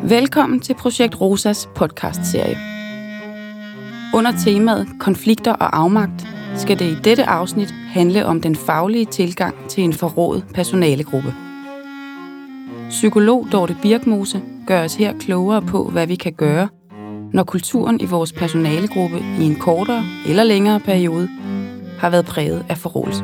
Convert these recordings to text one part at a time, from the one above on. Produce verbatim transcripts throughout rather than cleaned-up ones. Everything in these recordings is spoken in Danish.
Velkommen til Projekt Rosas podcastserie. Under temaet konflikter og afmagt skal det i dette afsnit handle om den faglige tilgang til en forrået personalegruppe. Psykolog Dorte Birkmose gør os her klogere på, hvad vi kan gøre, når kulturen i vores personalegruppe i en kortere eller længere periode har været præget af forrådelse.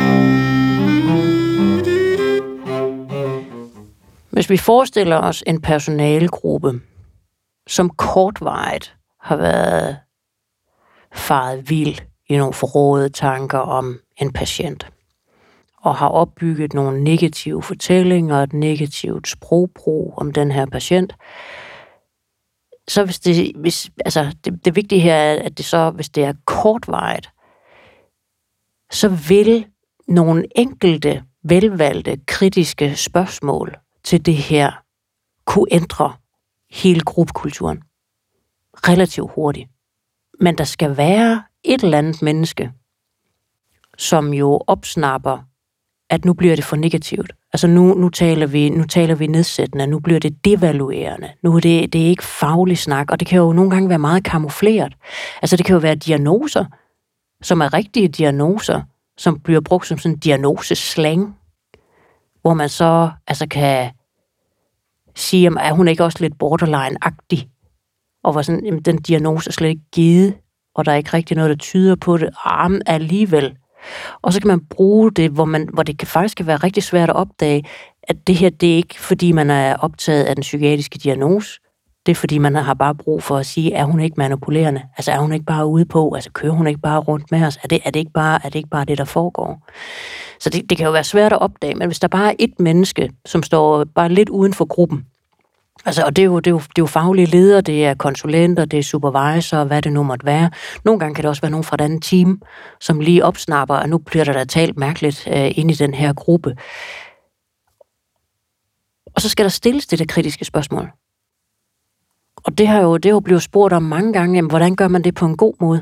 Hvis vi forestiller os en personalegruppe, som kortvarigt har været faret vild i nogle forrådede tanker om en patient, og har opbygget nogle negative fortællinger og et negativt sprogbrug om den her patient, så hvis det, hvis, altså det, det vigtige her er, at det så, hvis det er kortvarigt, så vil nogle enkelte, velvalgte, kritiske spørgsmål til det her kunne ændre hele gruppekulturen relativt hurtigt. Men der skal være et eller andet menneske, som jo opsnapper, at nu bliver det for negativt. Altså nu, nu, taler, vi, nu taler vi nedsættende, nu bliver det devaluerende. Nu er det, det er ikke faglig snak, og det kan jo nogle gange være meget kamufleret. Altså det kan jo være diagnoser, som er rigtige diagnoser, som bliver brugt som sådan en diagnoseslang, hvor man så altså kan sige, er hun ikke også lidt borderline-agtig? Og hvor sådan, jamen, den diagnose er slet ikke givet, og der er ikke rigtig noget, der tyder på det. Arm alligevel. Og så kan man bruge det, hvor, man, hvor det kan faktisk kan være rigtig svært at opdage, at det her, det er ikke, fordi man er optaget af den psykiatriske diagnose. Det er, fordi man har bare brug for at sige, er hun ikke manipulerende? Altså, er hun ikke bare ude på? Altså, kører hun ikke bare rundt med os? Er det, er det, ikke, bare, er det ikke bare det, der foregår? Så det, det kan jo være svært at opdage, men hvis der bare er et menneske, som står bare lidt uden for gruppen, altså, og det er, jo, det, er jo, det er jo faglige ledere, det er konsulenter, det er supervisor, hvad det nu måtte være. Nogle gange kan det også være nogen fra et andet team, som lige opsnapper, og nu bliver der da talt mærkeligt øh, ind i den her gruppe. Og så skal der stilles det der kritiske spørgsmål. Og det har jo, det har jo blevet spurgt om mange gange, jamen, hvordan gør man det på en god måde?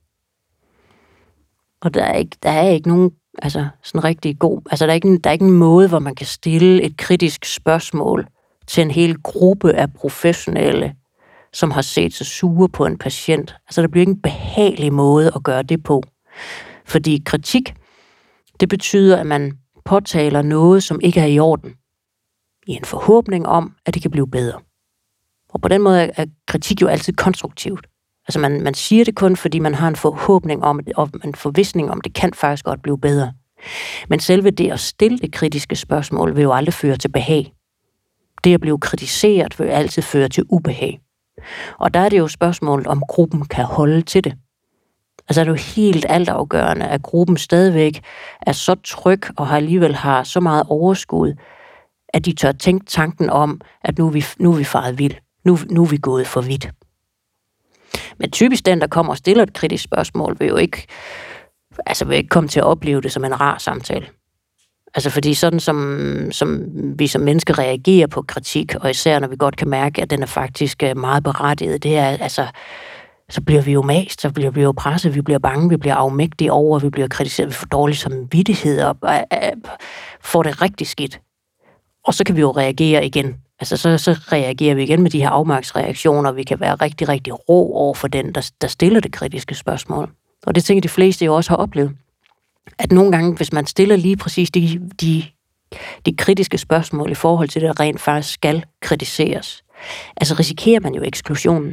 Og der er ikke, der er ikke nogen altså, sådan rigtig god, altså der er, ikke, der er ikke en måde, hvor man kan stille et kritisk spørgsmål til en hel gruppe af professionelle, som har set sig sure på en patient. Altså der bliver ikke en behagelig måde at gøre det på. Fordi kritik, det betyder, at man påtaler noget, som ikke er i orden, i en forhåbning om, at det kan blive bedre. Og på den måde er kritik jo altid konstruktivt. Altså man, man siger det kun, fordi man har en forhåbning om, og en forvisning om, det kan faktisk godt blive bedre. Men selve det at stille det kritiske spørgsmål vil jo aldrig føre til behag. Det at blive kritiseret vil altid føre til ubehag. Og der er det jo spørgsmålet, om gruppen kan holde til det. Altså er det jo helt altafgørende, at gruppen stadigvæk er så tryg og har alligevel har så meget overskud, at de tør tænke tanken om, at nu er vi, nu er vi faret vild. Nu, nu er vi gået for vidt. Men typisk den, der kommer og stiller et kritisk spørgsmål, vil jo ikke, altså vil ikke komme til at opleve det som en rar samtale. Altså fordi sådan som, som vi som mennesker reagerer på kritik, og især når vi godt kan mærke, at den er faktisk meget berettiget, det er altså, så bliver vi jo mast, så bliver vi jo presset, vi bliver bange, vi bliver afmægtige over, vi bliver kritiseret, vi får dårlig samvittighed og får det rigtig skidt. Og så kan vi jo reagere igen. Altså så, så reagerer vi igen med de her afmagtsreaktioner, vi kan være rigtig, rigtig rå over for den, der, der stiller det kritiske spørgsmål. Og det tænker de fleste jo også har oplevet. At nogle gange, hvis man stiller lige præcis de, de, de kritiske spørgsmål i forhold til det, der rent faktisk skal kritiseres, altså risikerer man jo eksklusionen.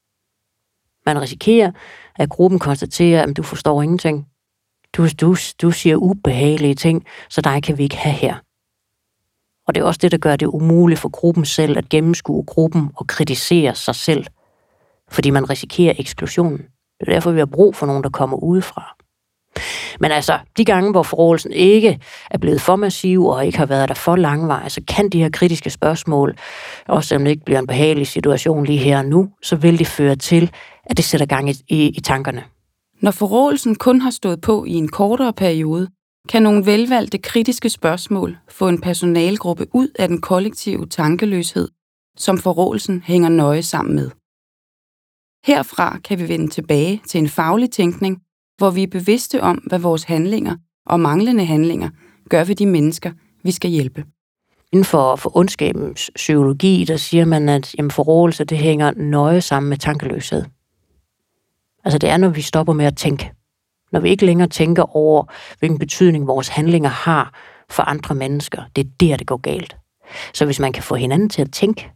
Man risikerer, at gruppen konstaterer, at du forstår ingenting. Du, du, du siger ubehagelige ting, så dig kan vi ikke have her. Og det er også det, der gør det umuligt for gruppen selv at gennemskue gruppen og kritisere sig selv, fordi man risikerer eksklusionen. Det er derfor, vi har brug for nogen, der kommer udefra. Men altså, de gange, hvor forrådelsen ikke er blevet for massiv og ikke har været der for langvej, så kan de her kritiske spørgsmål, også selvom det ikke bliver en behagelig situation lige her og nu, så vil det føre til, at det sætter gang i, i, i tankerne. Når forrådelsen kun har stået på i en kortere periode, kan nogle velvalgte kritiske spørgsmål få en personalegruppe ud af den kollektive tankeløshed, som forrådelsen hænger nøje sammen med. Herfra kan vi vende tilbage til en faglig tænkning, hvor vi er bevidste om, hvad vores handlinger og manglende handlinger gør ved de mennesker, vi skal hjælpe. Inden for, for ondskabens psykologi, der siger man, at jamen, forrådelse, det hænger nøje sammen med tankeløshed. Altså det er, når vi stopper med at tænke. Når vi ikke længere tænker over, hvilken betydning vores handlinger har for andre mennesker. Det er der, det går galt. Så hvis man kan få hinanden til at tænke,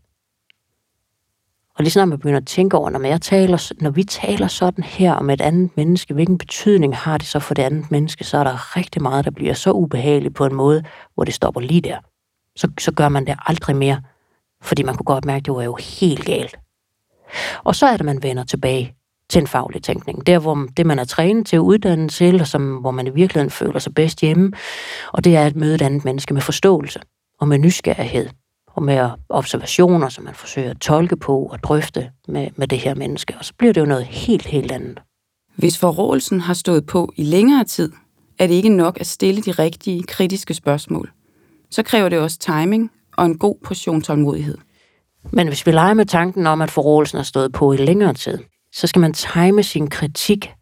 og lige snart man begynder at tænke over, når, jeg taler, når vi taler sådan her om et andet menneske, hvilken betydning har det så for det andet menneske, så er der rigtig meget, der bliver så ubehageligt på en måde, hvor det stopper lige der. Så, så gør man det aldrig mere, fordi man kunne godt mærke, at det var jo helt galt. Og så er det, man vender tilbage til en faglig tænkning. Der, hvor det, man er trænet til at uddanne til, og som, hvor man i virkeligheden føler sig bedst hjemme, og det er at møde et andet menneske med forståelse, og med nysgerrighed, og med observationer, som man forsøger at tolke på og drøfte med, med det her menneske. Og så bliver det jo noget helt, helt andet. Hvis forrådelsen har stået på i længere tid, er det ikke nok at stille de rigtige, kritiske spørgsmål. Så kræver det også timing og en god portion tålmodighed. Men hvis vi leger med tanken om, at forrådelsen har stået på i længere tid, så skal man time sin kritik,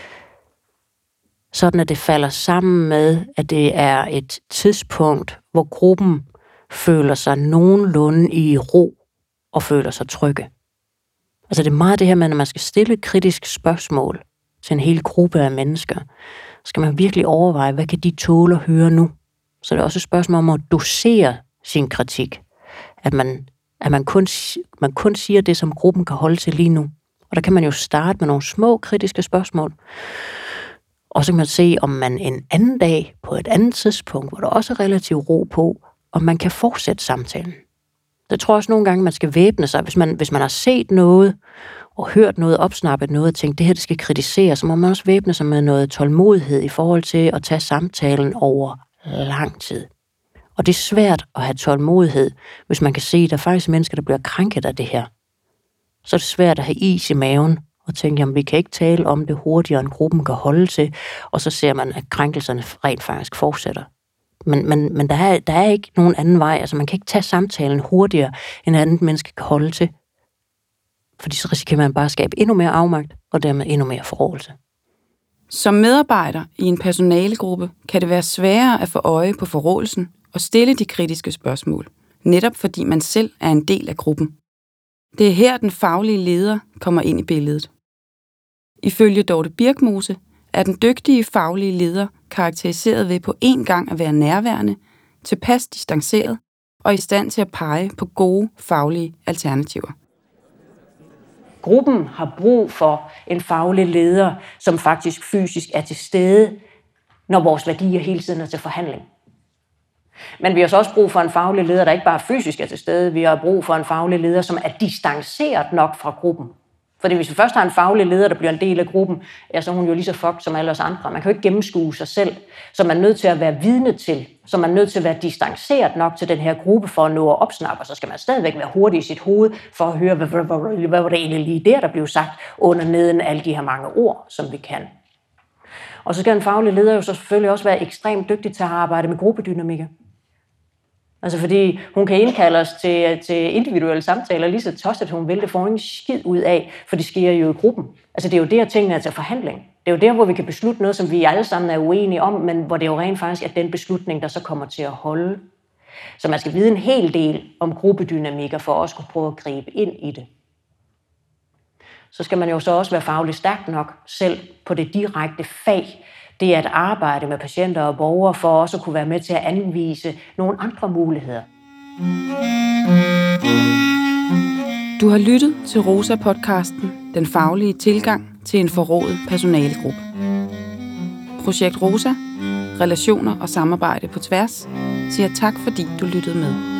sådan at det falder sammen med, at det er et tidspunkt, hvor gruppen føler sig nogenlunde i ro og føler sig trygge. Altså det er meget det her med, når man skal stille et kritisk spørgsmål til en hel gruppe af mennesker, så skal man virkelig overveje, hvad kan de tåle at høre nu? Så det er også et spørgsmål om at dosere sin kritik. At man, at man, kun, man kun siger det, som gruppen kan holde til lige nu. Og der kan man jo starte med nogle små kritiske spørgsmål. Og så kan man se, om man en anden dag, på et andet tidspunkt, hvor der også er relativt ro på, om man kan fortsætte samtalen. Det tror jeg også nogle gange, man skal væbne sig. Hvis man, hvis man har set noget, og hørt noget, opsnappet noget, og tænkt, det her det skal kritiseres, så må man også væbne sig med noget tålmodighed i forhold til at tage samtalen over lang tid. Og det er svært at have tålmodighed, hvis man kan se, at der er faktisk mennesker, der bliver krænket af det her. Så er det svært at have is i maven og tænke, jamen vi kan ikke tale om det hurtigere, end gruppen kan holde til, og så ser man, at krænkelserne rent faktisk fortsætter. Men, men, men der, er, der er ikke nogen anden vej. Altså man kan ikke tage samtalen hurtigere, end et andet menneske kan holde til. Fordi så risikerer man bare at skabe endnu mere afmagt, og dermed endnu mere forrådelse. Som medarbejder i en personalegruppe kan det være sværere at få øje på forrådelsen og stille de kritiske spørgsmål, netop fordi man selv er en del af gruppen. Det er her, den faglige leder kommer ind i billedet. Ifølge Dorte Birkmose er den dygtige faglige leder karakteriseret ved på én gang at være nærværende, tilpas distanceret og i stand til at pege på gode faglige alternativer. Gruppen har brug for en faglig leder, som faktisk fysisk er til stede, når vores værdier hele tiden er til forhandling. Men vi har så også brug for en faglig leder, der ikke bare fysisk er til stede. Vi har brug for en faglig leder, som er distanceret nok fra gruppen. Fordi hvis vi først har en faglig leder, der bliver en del af gruppen, ja, så er hun jo lige så fucked som alle os andre. Man kan jo ikke gennemskue sig selv, så man er nødt til at være vidne til, så man er nødt til at være distanceret nok til den her gruppe for at nå at opsnappe, og så skal man stadigvæk være hurtig i sit hoved for at høre, hvad, hvad, hvad, hvad var det egentlig lige der, der blev sagt under neden alle de her mange ord, som vi kan. Og så skal en faglig leder jo så selvfølgelig også være ekstremt dygtig til at arbejde med gruppedynamikker. Altså fordi hun kan indkalde os til, til individuelle samtaler, lige så tosset hun vil, det får ingen skid ud af, for det sker jo i gruppen. Altså det er jo der, tingene er til forhandling. Det er jo der, hvor vi kan beslutte noget, som vi alle sammen er uenige om, men hvor det jo rent faktisk er den beslutning, der så kommer til at holde. Så man skal vide en hel del om gruppedynamikker, for at også kunne prøve at gribe ind i det. Så skal man jo så også være fagligt stærk nok selv på det direkte fag, det er at arbejde med patienter og borgere for også at kunne være med til at anvise nogle andre muligheder. Du har lyttet til Rosa-podcasten, Den faglige tilgang til en forrådet personalegruppe. Projekt Rosa, relationer og samarbejde på tværs, siger tak fordi du lyttede med.